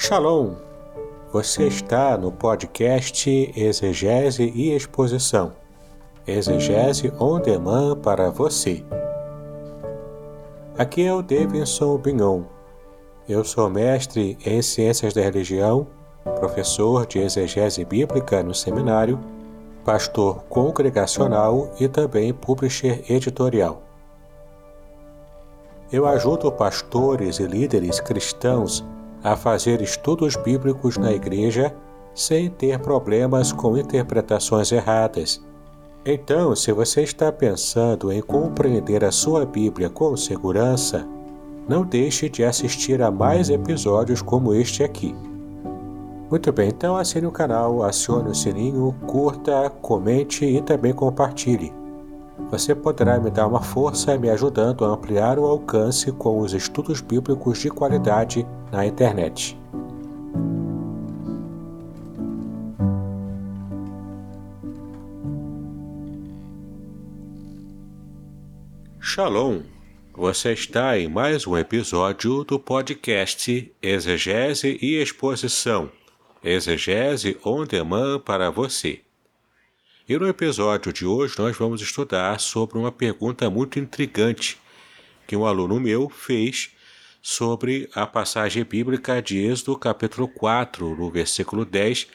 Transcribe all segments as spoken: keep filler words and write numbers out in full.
Shalom! Você está no podcast Exegese e Exposição. Exegese on demand para você. Aqui é o Davidson Bignon. Eu sou mestre em Ciências da Religião, professor de Exegese Bíblica no seminário, pastor congregacional e também publisher editorial. Eu ajudo pastores e líderes cristãos a fazer estudos bíblicos na igreja sem ter problemas com interpretações erradas. Então, se você está pensando em compreender a sua Bíblia com segurança, não deixe de assistir a mais episódios como este aqui. Muito bem, então assine o canal, acione o sininho, curta, comente e também compartilhe. Você poderá me dar uma força me ajudando a ampliar o alcance com os estudos bíblicos de qualidade na internet. Shalom! Você está em mais um episódio do podcast Exegese e Exposição. Exegese on demand para você. E no episódio de hoje nós vamos estudar sobre uma pergunta muito intrigante que um aluno meu fez sobre a passagem bíblica de Êxodo capítulo quatro, no versículo dez,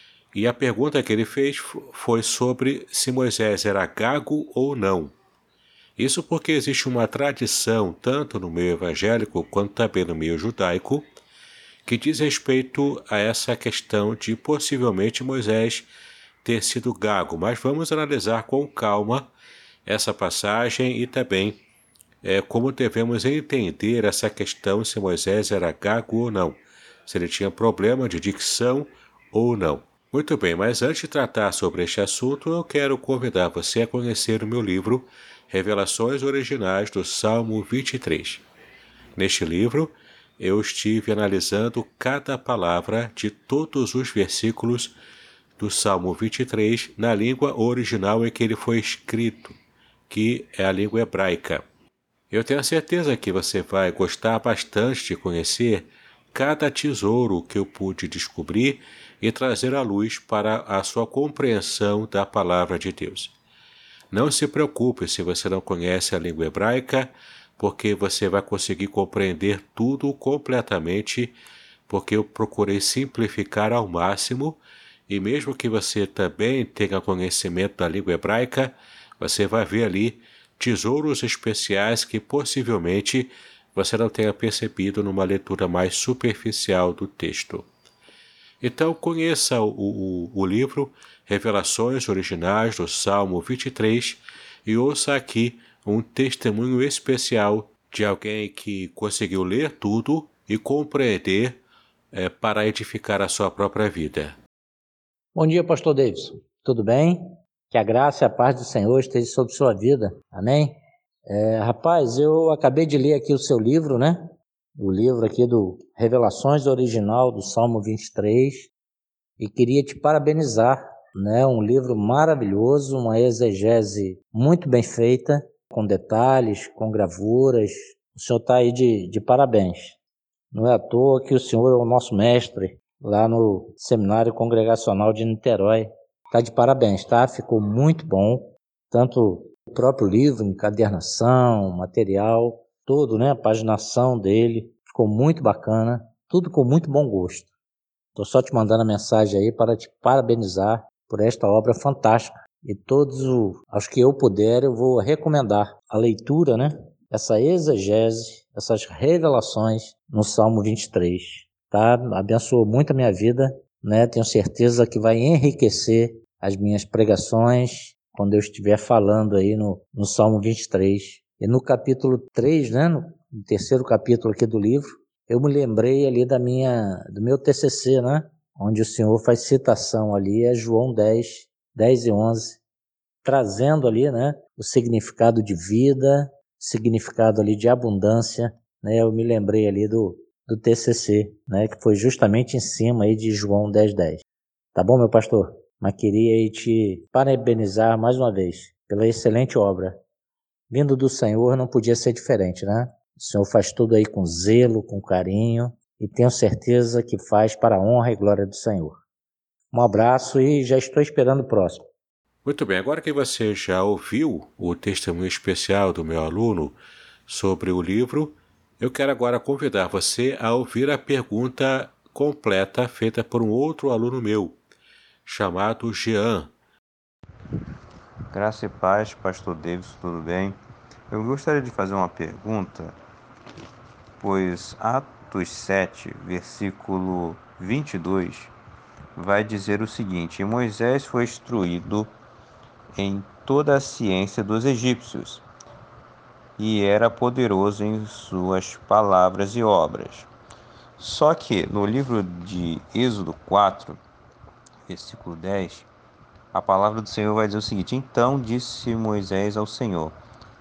e a pergunta que ele fez foi sobre se Moisés era gago ou não. Isso porque existe uma tradição, tanto no meio evangélico quanto também no meio judaico, que diz respeito a essa questão de possivelmente Moisés ter sido gago, mas vamos analisar com calma essa passagem e também é, como devemos entender essa questão se Moisés era gago ou não, se ele tinha problema de dicção ou não. Muito bem, mas antes de tratar sobre este assunto, eu quero convidar você a conhecer o meu livro Revelações Originais do Salmo vinte e três. Neste livro, eu estive analisando cada palavra de todos os versículos do Salmo vinte e três na língua original em que ele foi escrito, que é a língua hebraica. Eu tenho a certeza que você vai gostar bastante de conhecer cada tesouro que eu pude descobrir e trazer à luz para a sua compreensão da palavra de Deus. Não se preocupe se você não conhece a língua hebraica, porque você vai conseguir compreender tudo completamente, porque eu procurei simplificar ao máximo. E mesmo que você também tenha conhecimento da língua hebraica, você vai ver ali tesouros especiais que possivelmente você não tenha percebido numa leitura mais superficial do texto. Então conheça o, o, o livro Revelações Originais do Salmo vinte e três e ouça aqui um testemunho especial de alguém que conseguiu ler tudo e compreender é, para edificar a sua própria vida. Bom dia, pastor Davidson. Tudo bem? Que a graça e a paz do Senhor esteja sobre sua vida. Amém? É, rapaz, eu acabei de ler aqui o seu livro, né? O livro aqui do Revelações Original do Salmo vinte e três, e queria te parabenizar, né? Um livro maravilhoso, uma exegese muito bem feita, com detalhes, com gravuras. O senhor está aí de, de parabéns. Não é à toa que o senhor é o nosso mestre lá no Seminário Congregacional de Niterói. Está de parabéns, tá? Ficou muito bom. Tanto o próprio livro, encadernação, material, todo, né? A paginação dele. Ficou muito bacana. Tudo com muito bom gosto. Estou só te mandando a mensagem aí para te parabenizar por esta obra fantástica. E todos os que eu puder, eu vou recomendar a leitura, né? Essa exegese, essas revelações no Salmo vinte e três. Tá? Abençoou muito a minha vida, né? Tenho certeza que vai enriquecer as minhas pregações quando eu estiver falando aí no, no Salmo vinte e três. E no capítulo três, né? No, no terceiro capítulo aqui do livro, eu me lembrei ali da minha, do meu T C C, né? Onde o Senhor faz citação ali, é João dez, dez e onze, trazendo ali, né? O significado de vida, significado ali de abundância, né? Eu me lembrei ali do do T C C, né, que foi justamente em cima aí de João dez, dez. Tá bom, meu pastor? Mas queria aí te parabenizar mais uma vez pela excelente obra. Vindo do Senhor não podia ser diferente, né? O Senhor faz tudo aí com zelo, com carinho, e tenho certeza que faz para a honra e glória do Senhor. Um abraço e já estou esperando o próximo. Muito bem, agora que você já ouviu o testemunho especial do meu aluno sobre o livro, eu quero agora convidar você a ouvir a pergunta completa feita por um outro aluno meu, chamado Jean. Graça e paz, pastor Davis, tudo bem? Eu gostaria de fazer uma pergunta, pois Atos sete, versículo vinte e dois, vai dizer o seguinte: Moisés foi instruído em toda a ciência dos egípcios, e era poderoso em suas palavras e obras. Só que no livro de Êxodo quatro, versículo dez, a palavra do Senhor vai dizer o seguinte: Então disse Moisés ao Senhor: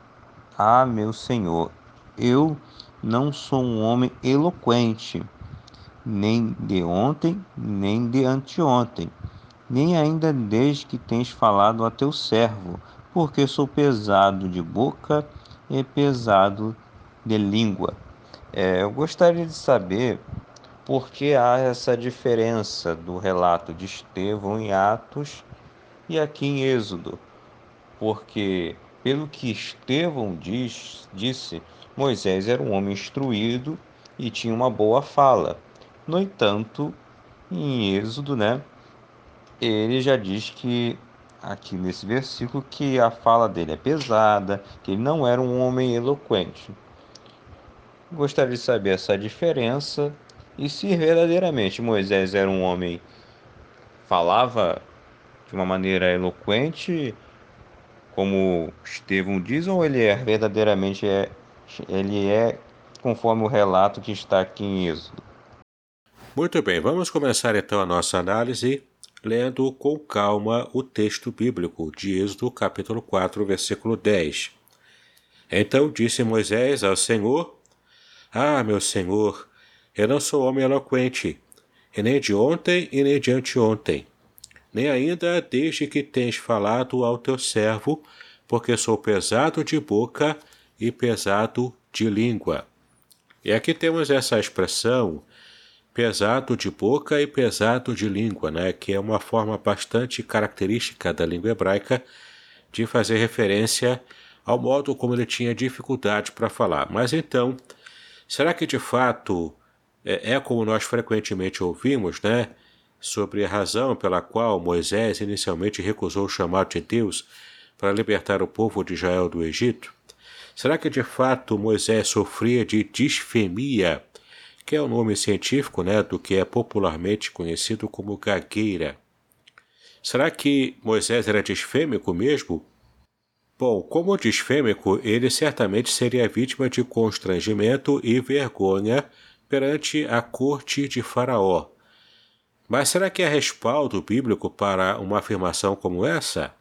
Ah, meu Senhor, eu não sou um homem eloquente, nem de ontem, nem de anteontem, nem ainda desde que tens falado a teu servo, porque sou pesado de boca e pesado de língua. É, eu gostaria de saber por que há essa diferença do relato de Estevão em Atos e aqui em Êxodo. Porque, pelo que Estevão diz, disse, Moisés era um homem instruído e tinha uma boa fala. No entanto, em Êxodo, né, ele já diz que, aqui nesse versículo, que a fala dele é pesada, que ele não era um homem eloquente. Gostaria de saber essa diferença e se verdadeiramente Moisés era um homem que falava de uma maneira eloquente, como Estevão diz, ou ele é verdadeiramente é, ele é conforme o relato que está aqui em Êxodo? Muito bem, vamos começar então a nossa análise lendo com calma o texto bíblico de Êxodo capítulo quatro, versículo dez. Então disse Moisés ao Senhor: Ah, meu Senhor, eu não sou homem eloquente, e nem de ontem e nem de anteontem, nem ainda desde que tens falado ao teu servo, porque sou pesado de boca e pesado de língua. E aqui temos essa expressão, pesado de boca e pesado de língua, né, que é uma forma bastante característica da língua hebraica de fazer referência ao modo como ele tinha dificuldade para falar. Mas então, será que de fato é, é como nós frequentemente ouvimos, né, sobre a razão pela qual Moisés inicialmente recusou o chamado de Deus para libertar o povo de Israel do Egito? Será que de fato Moisés sofria de disfemia, que é o nome científico, né, do que é popularmente conhecido como gagueira? Será que Moisés era disfêmico mesmo? Bom, como disfêmico, ele certamente seria vítima de constrangimento e vergonha perante a corte de Faraó. Mas será que há respaldo bíblico para uma afirmação como essa?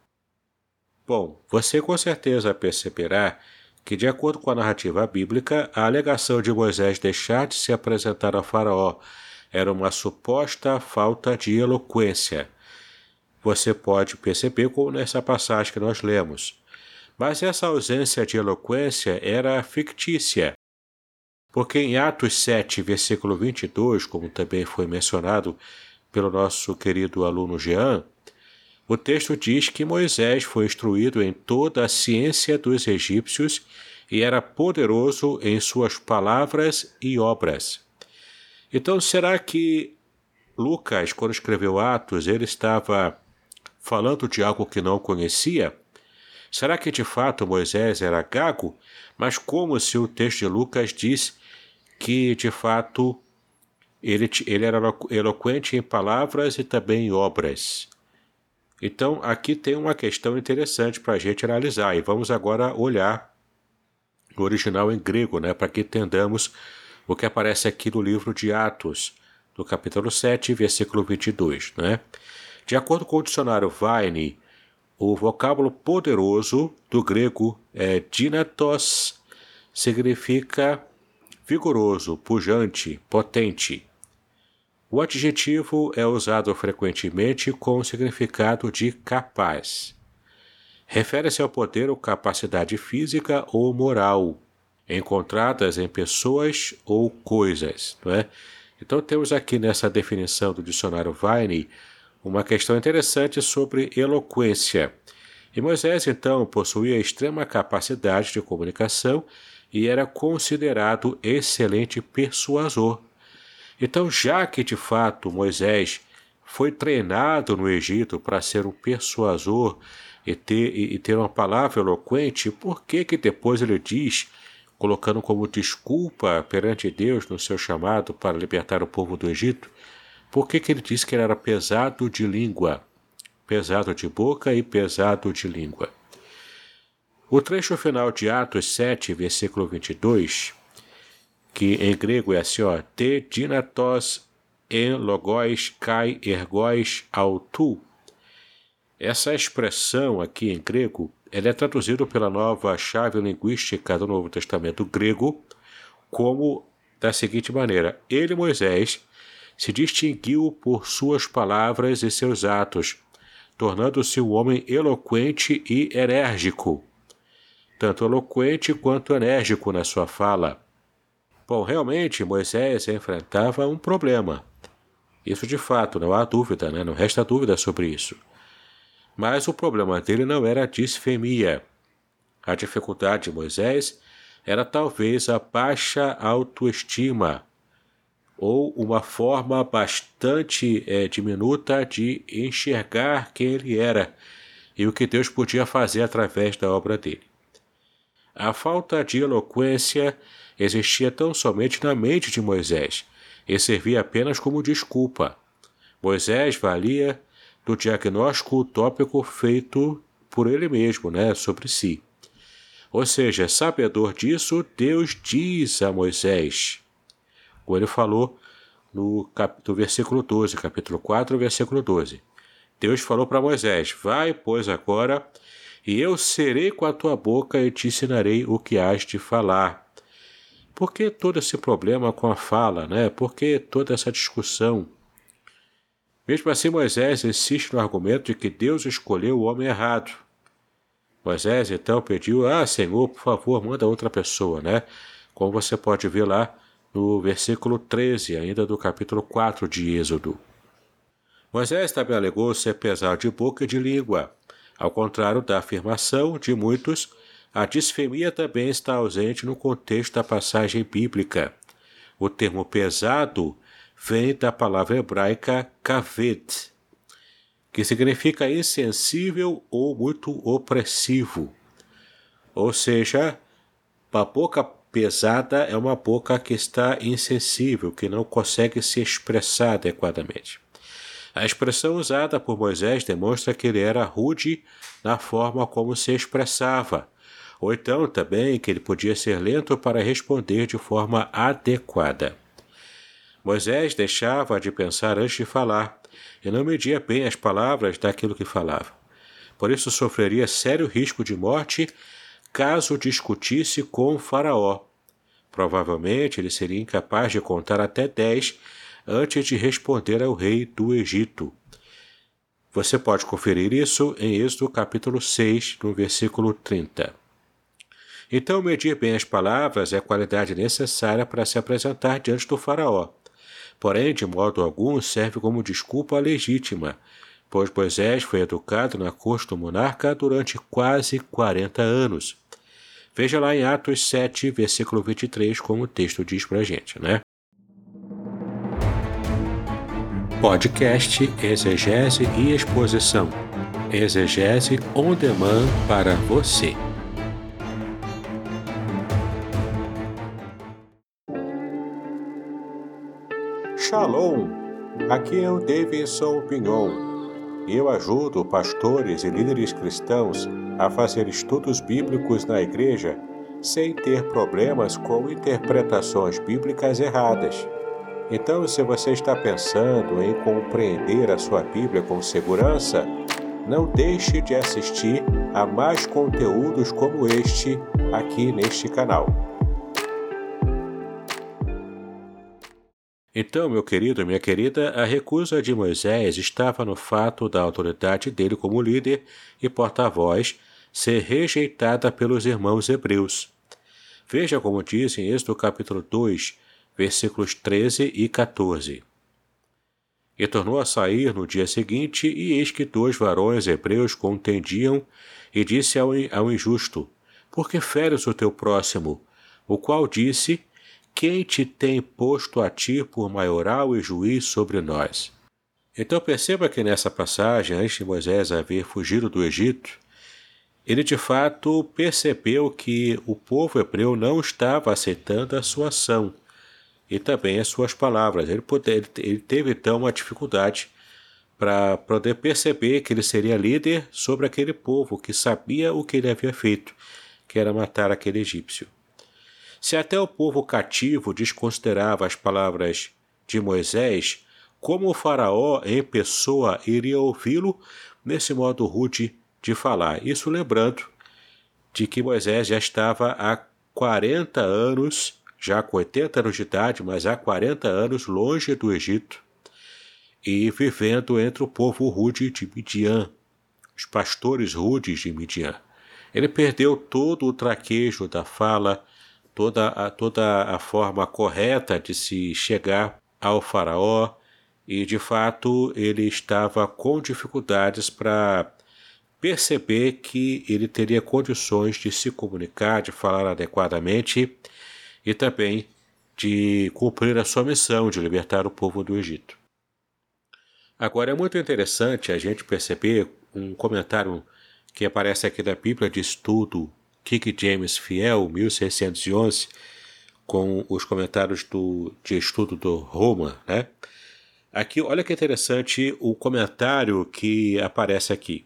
Bom, você com certeza perceberá que, de acordo com a narrativa bíblica, a alegação de Moisés deixar de se apresentar ao Faraó era uma suposta falta de eloquência. Você pode perceber como nessa passagem que nós lemos. Mas essa ausência de eloquência era fictícia, porque em Atos sete, versículo vinte e dois, como também foi mencionado pelo nosso querido aluno Jean, o texto diz que Moisés foi instruído em toda a ciência dos egípcios e era poderoso em suas palavras e obras. Então, será que Lucas, quando escreveu Atos, ele estava falando de algo que não conhecia? Será que de fato Moisés era gago? Mas como se o texto de Lucas diz que de fato ele, ele era eloquente em palavras e também em obras? Então aqui tem uma questão interessante para a gente analisar, e vamos agora olhar o original em grego, né, para que entendamos o que aparece aqui no livro de Atos, no capítulo sete, versículo vinte e dois. Né? De acordo com o dicionário Vine, o vocábulo poderoso do grego é dynatos, significa vigoroso, pujante, potente. O adjetivo é usado frequentemente com o significado de capaz. Refere-se ao poder ou capacidade física ou moral, encontradas em pessoas ou coisas. Não é? Então temos aqui nessa definição do dicionário Vine uma questão interessante sobre eloquência. E Moisés, então, possuía extrema capacidade de comunicação e era considerado excelente persuasor. Então, já que de fato Moisés foi treinado no Egito para ser um persuasor e ter, e ter uma palavra eloquente, por que que depois ele diz, colocando como desculpa perante Deus no seu chamado para libertar o povo do Egito, por que que ele diz que ele era pesado de língua? Pesado de boca e pesado de língua. O trecho final de Atos sete, versículo vinte e dois, que em grego é assim, ó, te dinatos en logos kai ergos autu. Essa expressão aqui em grego, ela é traduzida pela nova chave linguística do Novo Testamento grego como da seguinte maneira: ele, Moisés, se distinguiu por suas palavras e seus atos, tornando-se um homem eloquente e enérgico, tanto eloquente quanto enérgico na sua fala. Bom, realmente Moisés enfrentava um problema. Isso de fato, não há dúvida, né? Não resta dúvida sobre isso. Mas o problema dele não era a disfemia. A dificuldade de Moisés era talvez a baixa autoestima, ou uma forma bastante é, diminuta de enxergar quem ele era e o que Deus podia fazer através da obra dele. A falta de eloquência existia tão somente na mente de Moisés e servia apenas como desculpa. Moisés valia do diagnóstico utópico feito por ele mesmo, né, sobre si. Ou seja, sabedor disso, Deus diz a Moisés, como ele falou no, cap... no versículo doze, capítulo quatro, versículo doze. Deus falou para Moisés: vai, pois, agora, e eu serei com a tua boca e te ensinarei o que hás de falar. Por que todo esse problema com a fala, né? Por que toda essa discussão? Mesmo assim, Moisés insiste no argumento de que Deus escolheu o homem errado. Moisés, então, pediu: ah, Senhor, por favor, manda outra pessoa, né? Como você pode ver lá no versículo treze, ainda do capítulo quatro de Êxodo. Moisés também alegou ser pesado de boca e de língua. Ao contrário da afirmação de muitos, a disfemia também está ausente no contexto da passagem bíblica. O termo pesado vem da palavra hebraica kaved, que significa insensível ou muito opressivo. Ou seja, a boca pesada é uma boca que está insensível, que não consegue se expressar adequadamente. A expressão usada por Moisés demonstra que ele era rude na forma como se expressava, ou então também que ele podia ser lento para responder de forma adequada. Moisés deixava de pensar antes de falar, e não media bem as palavras daquilo que falava. Por isso sofreria sério risco de morte caso discutisse com o faraó. Provavelmente ele seria incapaz de contar até dez antes de responder ao rei do Egito. Você pode conferir isso em Êxodo capítulo seis, no versículo trinta. Então, medir bem as palavras é a qualidade necessária para se apresentar diante do faraó. Porém, de modo algum, serve como desculpa legítima, pois Moisés foi educado na corte do monarca durante quase quarenta anos. Veja lá em Atos sete, versículo vinte e três, como o texto diz pra gente, né? Podcast Exegese e Exposição. Exegese on demand para você. Shalom! Aqui é o Davidson Pignon. Eu ajudo pastores e líderes cristãos a fazer estudos bíblicos na igreja sem ter problemas com interpretações bíblicas erradas. Então, se você está pensando em compreender a sua Bíblia com segurança, não deixe de assistir a mais conteúdos como este aqui neste canal. Então, meu querido, minha querida, a recusa de Moisés estava no fato da autoridade dele como líder e porta-voz ser rejeitada pelos irmãos hebreus. Veja como diz em Êxodo capítulo dois, versículos treze e quatorze. E tornou a sair no dia seguinte, e eis que dois varões hebreus contendiam, e disse ao, ao injusto: Por que feres o teu próximo? O qual disse: Quem te tem posto a ti por maioral e juiz sobre nós? Então perceba que nessa passagem, antes de Moisés haver fugido do Egito, ele de fato percebeu que o povo hebreu não estava aceitando a sua ação e também as suas palavras. Ele, poder, ele teve então uma dificuldade para poder perceber que ele seria líder sobre aquele povo que sabia o que ele havia feito, que era matar aquele egípcio. Se até o povo cativo desconsiderava as palavras de Moisés, como o faraó em pessoa iria ouvi-lo nesse modo rude de falar? Isso lembrando de que Moisés já estava há quarenta anos, já com oitenta anos de idade, mas há quarenta anos longe do Egito e vivendo entre o povo rude de Midian, os pastores rudes de Midian. Ele perdeu todo o traquejo da fala, toda a, toda a forma correta de se chegar ao faraó, e de fato ele estava com dificuldades para perceber que ele teria condições de se comunicar, de falar adequadamente e também de cumprir a sua missão de libertar o povo do Egito. Agora é muito interessante a gente perceber um comentário que aparece aqui da Bíblia de Estudo King James Fiel, mil seiscentos e onze, com os comentários do, de estudo do Roma, né? Aqui, olha que interessante o comentário que aparece aqui.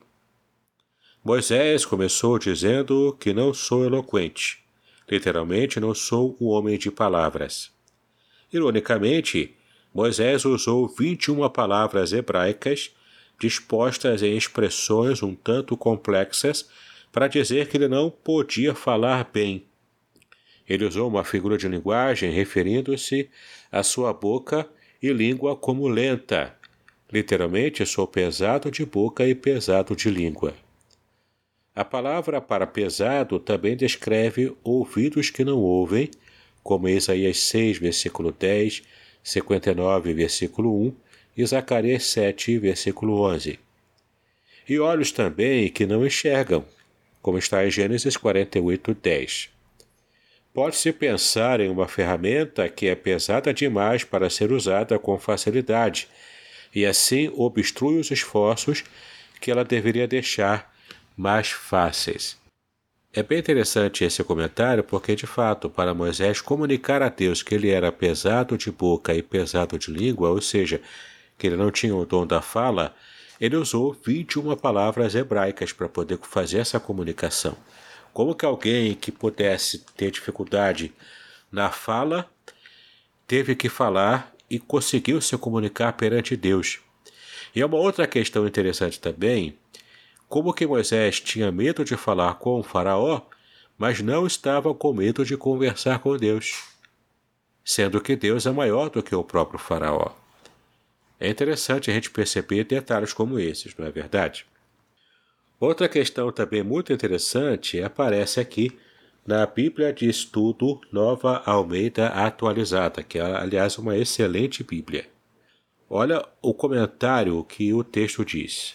Moisés começou dizendo que não sou eloquente. Literalmente, não sou um homem de palavras. Ironicamente, Moisés usou vinte e uma palavras hebraicas dispostas em expressões um tanto complexas para dizer que ele não podia falar bem. Ele usou uma figura de linguagem referindo-se à sua boca e língua como lenta. Literalmente, sou pesado de boca e pesado de língua. A palavra para pesado também descreve ouvidos que não ouvem, como em Isaías seis, versículo dez, cinquenta e nove, versículo um, e Zacarias sete, versículo onze. E olhos também que não enxergam, como está em Gênesis quarenta e oito, dez. Pode-se pensar em uma ferramenta que é pesada demais para ser usada com facilidade, e assim obstrui os esforços que ela deveria deixar mais fáceis. É bem interessante esse comentário porque, de fato, para Moisés comunicar a Deus que ele era pesado de boca e pesado de língua, ou seja, que ele não tinha o dom da fala, ele usou vinte e uma palavras hebraicas para poder fazer essa comunicação. Como que alguém que pudesse ter dificuldade na fala teve que falar e conseguiu se comunicar perante Deus? E é uma outra questão interessante também, como que Moisés tinha medo de falar com o faraó, mas não estava com medo de conversar com Deus, sendo que Deus é maior do que o próprio faraó. É interessante a gente perceber detalhes como esses, não é verdade? Outra questão também muito interessante aparece aqui na Bíblia de Estudo Nova Almeida Atualizada, que é, aliás, uma excelente Bíblia. Olha o comentário que o texto diz.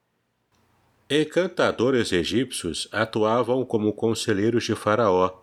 Encantadores egípcios atuavam como conselheiros de Faraó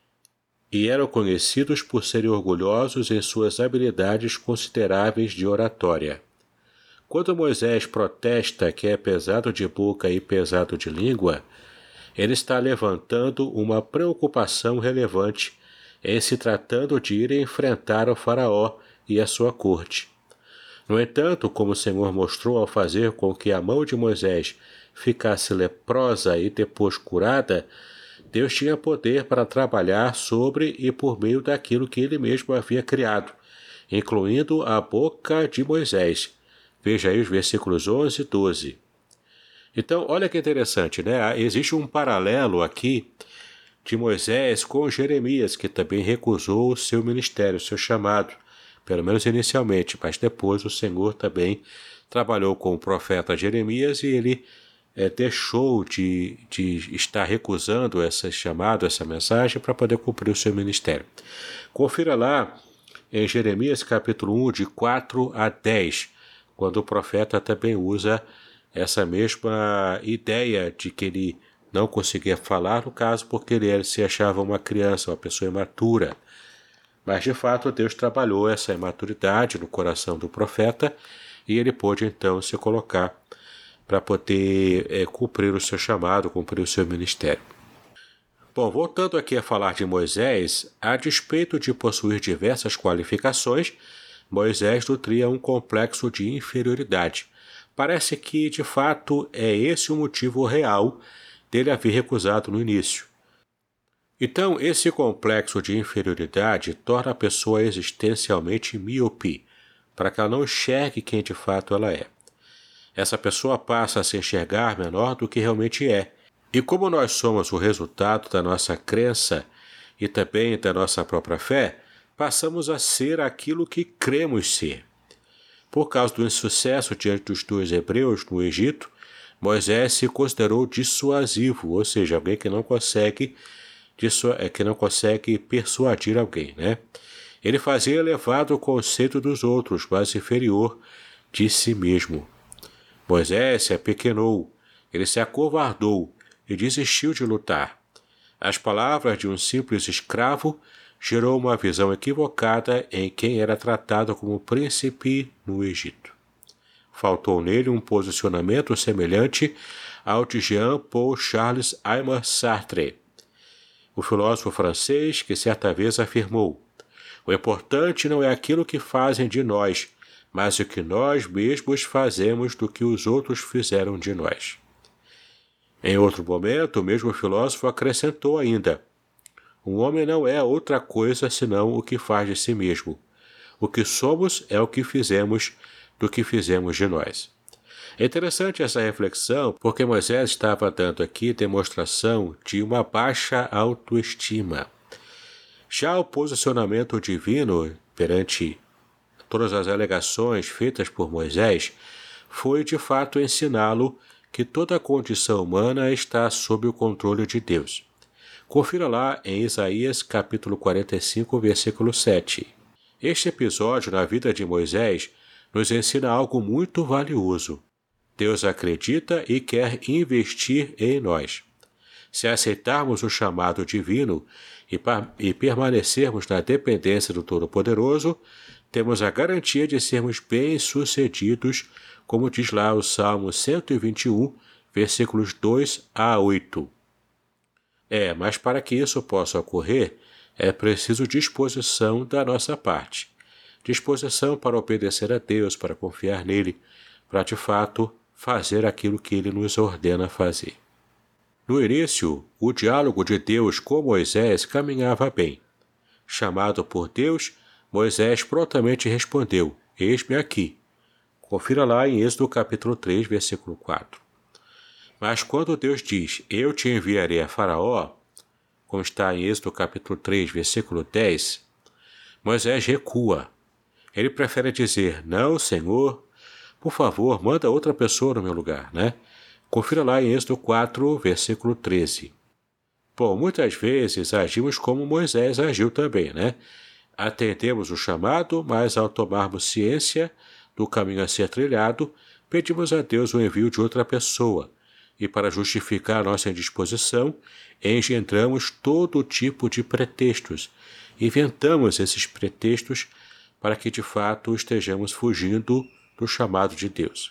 e eram conhecidos por serem orgulhosos em suas habilidades consideráveis de oratória. Quando Moisés protesta que é pesado de boca e pesado de língua, ele está levantando uma preocupação relevante em se tratando de ir enfrentar o faraó e a sua corte. No entanto, como o Senhor mostrou ao fazer com que a mão de Moisés ficasse leprosa e depois curada, Deus tinha poder para trabalhar sobre e por meio daquilo que ele mesmo havia criado, incluindo a boca de Moisés. Veja aí os versículos onze e doze. Então, olha que interessante, né? Existe um paralelo aqui de Moisés com Jeremias, que também recusou o seu ministério, o seu chamado, pelo menos inicialmente, mas depois o Senhor também trabalhou com o profeta Jeremias e ele é, deixou de, de estar recusando esse chamado, essa mensagem, para poder cumprir o seu ministério. Confira lá em Jeremias capítulo um, de quatro a dez, quando o profeta também usa essa mesma ideia de que ele não conseguia falar, no caso, porque ele se achava uma criança, uma pessoa imatura. Mas, de fato, Deus trabalhou essa imaturidade no coração do profeta e ele pôde, então, se colocar para poder é, cumprir o seu chamado, cumprir o seu ministério. Bom, voltando aqui a falar de Moisés, a despeito de possuir diversas qualificações, Moisés nutria um complexo de inferioridade. Parece que, de fato, é esse o motivo real dele haver recusado no início. Então, esse complexo de inferioridade torna a pessoa existencialmente míope, para que ela não enxergue quem de fato ela é. Essa pessoa passa a se enxergar menor do que realmente é. E como nós somos o resultado da nossa crença e também da nossa própria fé, passamos a ser aquilo que cremos ser. Por causa do insucesso diante dos dois hebreus no Egito, Moisés se considerou dissuasivo, ou seja, alguém que não consegue, que não consegue persuadir alguém, né? Ele fazia elevado o conceito dos outros, mas inferior de si mesmo. Moisés se apequenou, ele se acovardou e desistiu de lutar. As palavras de um simples escravo gerou uma visão equivocada em quem era tratado como príncipe no Egito. Faltou nele um posicionamento semelhante ao de Jean-Paul Charles Aimé Sartre, o filósofo francês que certa vez afirmou: o importante não é aquilo que fazem de nós, mas o que nós mesmos fazemos do que os outros fizeram de nós. Em outro momento, o mesmo filósofo acrescentou ainda: um homem não é outra coisa senão o que faz de si mesmo. O que somos é o que fizemos do que fizemos de nós. É interessante essa reflexão, porque Moisés estava dando aqui demonstração de uma baixa autoestima. Já o posicionamento divino perante todas as alegações feitas por Moisés foi de fato ensiná-lo que toda a condição humana está sob o controle de Deus. Confira lá em Isaías capítulo quarenta e cinco, versículo sete. Este episódio na vida de Moisés nos ensina algo muito valioso. Deus acredita e quer investir em nós. Se aceitarmos o chamado divino e, e permanecermos na dependência do Todo-Poderoso, temos a garantia de sermos bem-sucedidos, como diz lá o Salmo cento e vinte e um, versículos dois a oito. É, mas para que isso possa ocorrer, é preciso disposição da nossa parte. Disposição para obedecer a Deus, para confiar nele, para de fato fazer aquilo que ele nos ordena fazer. No início, o diálogo de Deus com Moisés caminhava bem. Chamado por Deus, Moisés prontamente respondeu: eis-me aqui. Confira lá em Êxodo capítulo três, versículo quatro. Mas quando Deus diz: eu te enviarei a Faraó, como está em Êxodo capítulo três, versículo dez, Moisés recua. Ele prefere dizer: não, Senhor, por favor, manda outra pessoa no meu lugar, né? Confira lá em Êxodo quatro, versículo treze. Bom, muitas vezes agimos como Moisés agiu também, né? Atendemos o chamado, mas ao tomarmos ciência do caminho a ser trilhado, pedimos a Deus o envio de outra pessoa, e para justificar nossa indisposição, engendramos todo tipo de pretextos, inventamos esses pretextos para que de fato estejamos fugindo do chamado de Deus.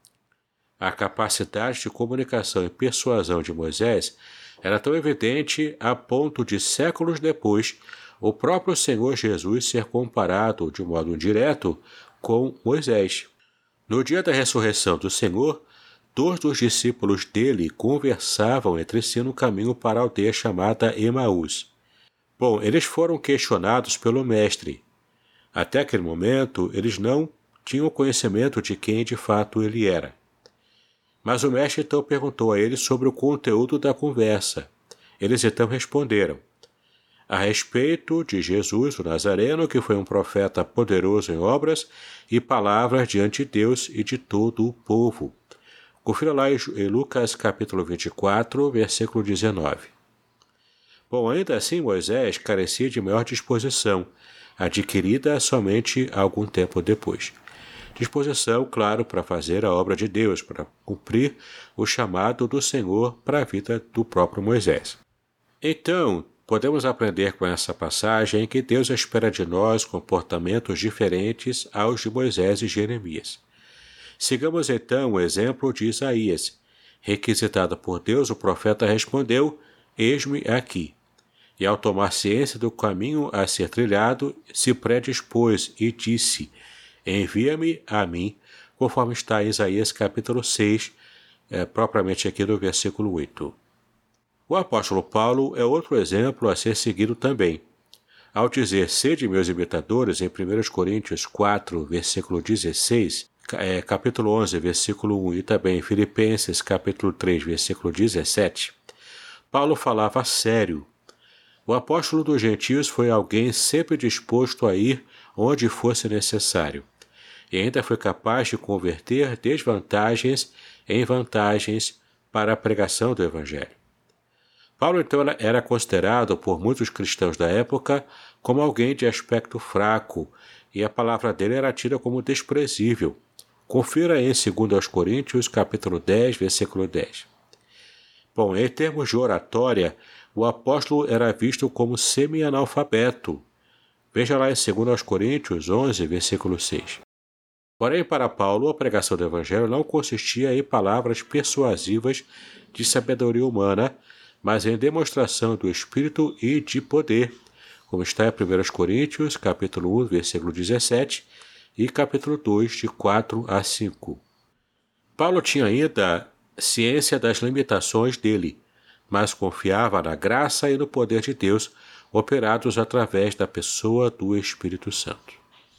A capacidade de comunicação e persuasão de Moisés era tão evidente a ponto de, séculos depois, o próprio Senhor Jesus ser comparado de modo indireto com Moisés. No dia da ressurreição do Senhor, dois dos discípulos dele conversavam entre si no caminho para a aldeia chamada Emaús. Bom, eles foram questionados pelo mestre. Até aquele momento, eles não tinham conhecimento de quem de fato ele era. Mas o mestre então perguntou a eles sobre o conteúdo da conversa. Eles então responderam: a respeito de Jesus, o Nazareno, que foi um profeta poderoso em obras e palavras diante de Deus e de todo o povo. Confira lá em Lucas capítulo vinte e quatro, versículo dezenove. Bom, ainda assim Moisés carecia de maior disposição, adquirida somente algum tempo depois. Disposição, claro, para fazer a obra de Deus, para cumprir o chamado do Senhor para a vida do próprio Moisés. Então, podemos aprender com essa passagem que Deus espera de nós comportamentos diferentes aos de Moisés e Jeremias. Sigamos então o exemplo de Isaías. Requisitado por Deus, o profeta respondeu: "Eis-me aqui." E ao tomar ciência do caminho a ser trilhado, se predispôs e disse: "Envia-me a mim", conforme está em Isaías capítulo seis, é, propriamente aqui no versículo oito. O apóstolo Paulo é outro exemplo a ser seguido também. Ao dizer: "Sede meus imitadores", em primeira Coríntios quatro, versículo dezesseis, é, capítulo onze, versículo um, e também Filipenses capítulo três, versículo dezessete, Paulo falava sério. O apóstolo dos gentios foi alguém sempre disposto a ir onde fosse necessário, e ainda foi capaz de converter desvantagens em vantagens para a pregação do Evangelho. Paulo, então, era considerado por muitos cristãos da época como alguém de aspecto fraco, e a palavra dele era tida como desprezível. Confira em dois Coríntios, capítulo dez, versículo dez. Bom, em termos de oratória, o apóstolo era visto como semi-analfabeto. Veja lá em dois Coríntios onze, versículo seis. Porém, para Paulo, a pregação do Evangelho não consistia em palavras persuasivas de sabedoria humana, mas em demonstração do Espírito e de poder, como está em primeira Coríntios, capítulo um, versículo dezessete, e capítulo dois, de quatro a cinco. Paulo tinha ainda ciência das limitações dele, mas confiava na graça e no poder de Deus, operados através da pessoa do Espírito Santo.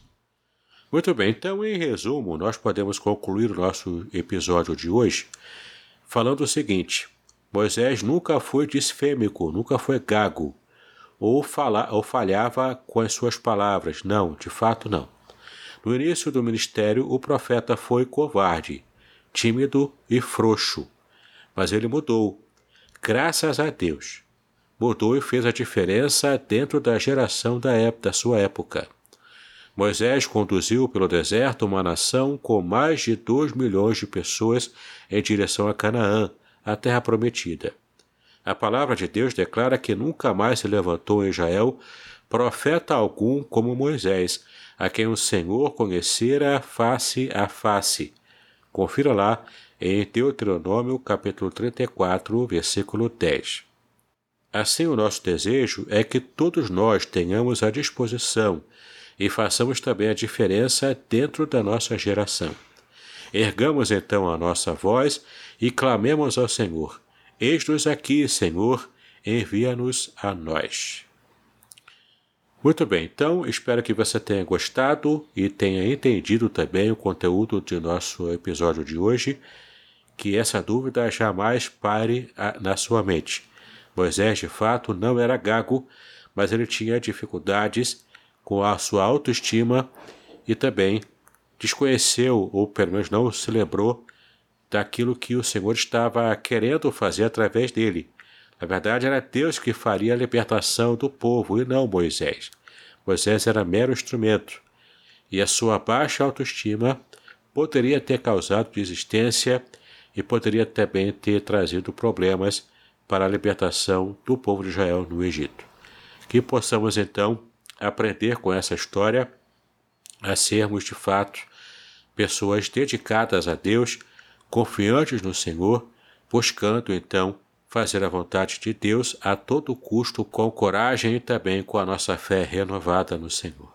Muito bem, então, em resumo, nós podemos concluir o nosso episódio de hoje falando o seguinte: Moisés nunca foi disfêmico, nunca foi gago, ou, fala, ou falhava com as suas palavras. Não, de fato não. No início do ministério, o profeta foi covarde, tímido e frouxo, mas ele mudou, graças a Deus. Mudou e fez a diferença dentro da geração da, época, da sua época. Moisés conduziu pelo deserto uma nação com mais de dois milhões de pessoas em direção a Canaã, a terra prometida. A palavra de Deus declara que nunca mais se levantou em Israel profeta algum como Moisés, a quem o Senhor conhecera face a face. Confira lá em Deuteronômio capítulo trinta e quatro, versículo dez. Assim, o nosso desejo é que todos nós tenhamos a disposição e façamos também a diferença dentro da nossa geração. Ergamos então a nossa voz e clamemos ao Senhor: "Eis-nos aqui, Senhor, envia-nos a nós." Muito bem, então espero que você tenha gostado e tenha entendido também o conteúdo de nosso episódio de hoje, que essa dúvida jamais pare na sua mente. Moisés, de fato, não era gago, mas ele tinha dificuldades com a sua autoestima e também desconheceu, ou pelo menos não se lembrou, daquilo que o Senhor estava querendo fazer através dele. Na verdade, era Deus que faria a libertação do povo e não Moisés. Moisés era mero instrumento, e a sua baixa autoestima poderia ter causado desistência e poderia também ter trazido problemas para a libertação do povo de Israel no Egito. Que possamos, então, aprender com essa história a sermos, de fato, pessoas dedicadas a Deus, confiantes no Senhor, buscando, então, fazer a vontade de Deus a todo custo, com coragem e também com a nossa fé renovada no Senhor.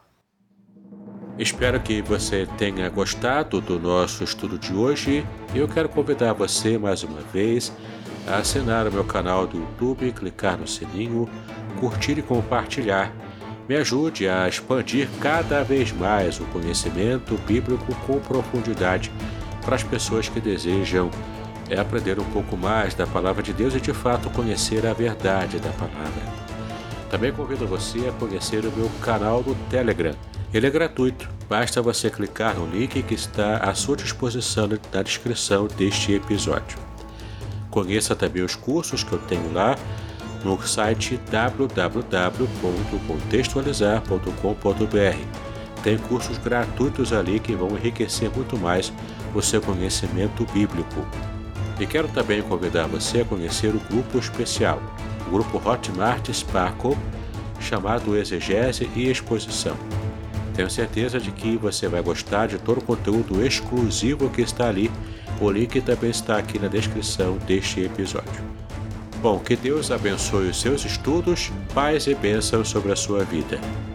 Espero que você tenha gostado do nosso estudo de hoje e eu quero convidar você mais uma vez a assinar o meu canal do YouTube, clicar no sininho, curtir e compartilhar. Me ajude a expandir cada vez mais o conhecimento bíblico com profundidade para as pessoas que desejam é aprender um pouco mais da Palavra de Deus e, de fato, conhecer a verdade da Palavra. Também convido você a conhecer o meu canal do Telegram. Ele é gratuito, basta você clicar no link que está à sua disposição na descrição deste episódio. Conheça também os cursos que eu tenho lá, no site w w w ponto contextualizar ponto com ponto b r. Tem cursos gratuitos ali que vão enriquecer muito mais o seu conhecimento bíblico. E quero também convidar você a conhecer o grupo especial, o grupo Hotmart Sparkle, chamado Exegese e Exposição. Tenho certeza de que você vai gostar de todo o conteúdo exclusivo que está ali. O link também está aqui na descrição deste episódio. Bom, que Deus abençoe os seus estudos, paz e bênção sobre a sua vida.